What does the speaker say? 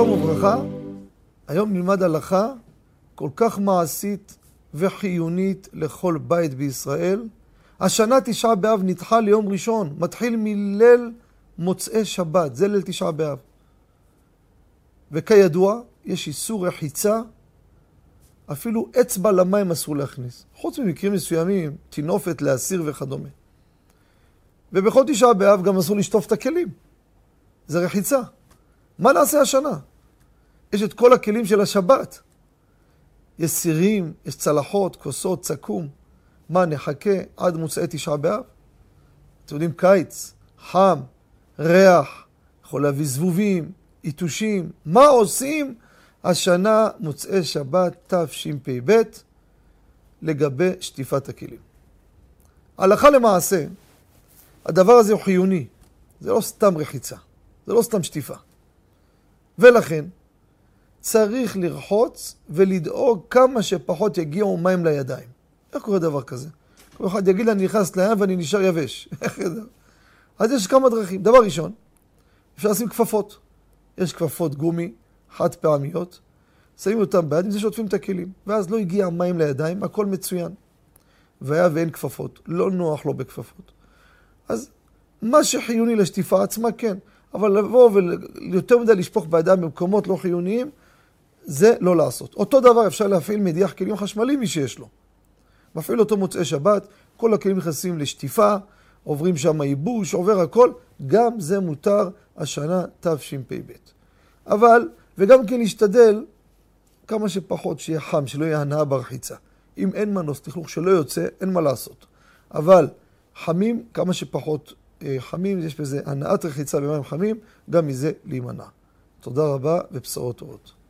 שלום וברכה, היום נלמד הלכה כל כך מעשית וחיונית לכל בית בישראל. השנה תשעה באב נדחה ליום ראשון, מתחיל מליל מוצאי שבת, זה ליל תשעה באב. וכידוע, יש איסור רחיצה, אפילו אצבע למים אסור להכניס. חוץ ממקרים מסוימים, תינופת להסיר וכדומה. ובכל תשעה באב גם אסור לשטוף את הכלים. זה רחיצה. מה נעשה השנה? יש את כל הכלים של השבת. יש סירים, יש צלחות, כוסות, צקום. מה, נחכה עד מוצאי תשעה באב? אתם יודעים, קיץ, חם, ריח, יכול להביא זבובים, עיתושים. מה עושים השנה מוצאי שבת תשפ"ב לגבי שטיפת הכלים? הלכה למעשה, הדבר הזה הוא חיוני. זה לא סתם רחיצה. זה לא סתם שטיפה. ולכן, צריך לרחוץ ולדאוג כמה שפחות יגיעו מים לידיים. איך קורה דבר כזה? כל אחד יגיד לה, אני נכנס לים ואני נשאר יבש. אז יש כמה דרכים. דבר ראשון, אפשר לשים כפפות. יש כפפות גומי, חד פעמיות. שמים אותם ביד, עם זה שוטפים את הכלים. ואז לא הגיע מים לידיים, הכל מצוין. והיה ואין כפפות. לא נוח לו בכפפות. אז מה שחיוני לשטיפה עצמה, כן. אבל לבוא ויותר מדי לשפוך בידיים במקומות לא חיוניים, זה לא לעשות. אותו דבר אפשר להפעיל מדיח כלים חשמלי מי שיש לו. מפעיל אותו מוצאי שבת, כל הכלים נכנסים לשטיפה, עוברים שם ייבוש, עובר הכל, גם זה מותר השנה תשפ"ב. אבל, וגם כן להשתדל כמה שפחות שיהיה חם, שלא יהיה הנאה ברחיצה. אם אין מנוס, תכלוך שלא יוצא, אין מה לעשות. אבל חמים, כמה שפחות חמים, יש בזה הנאת רחיצה במים חמים, גם מזה להימנע. תודה רבה ובשורות טובות.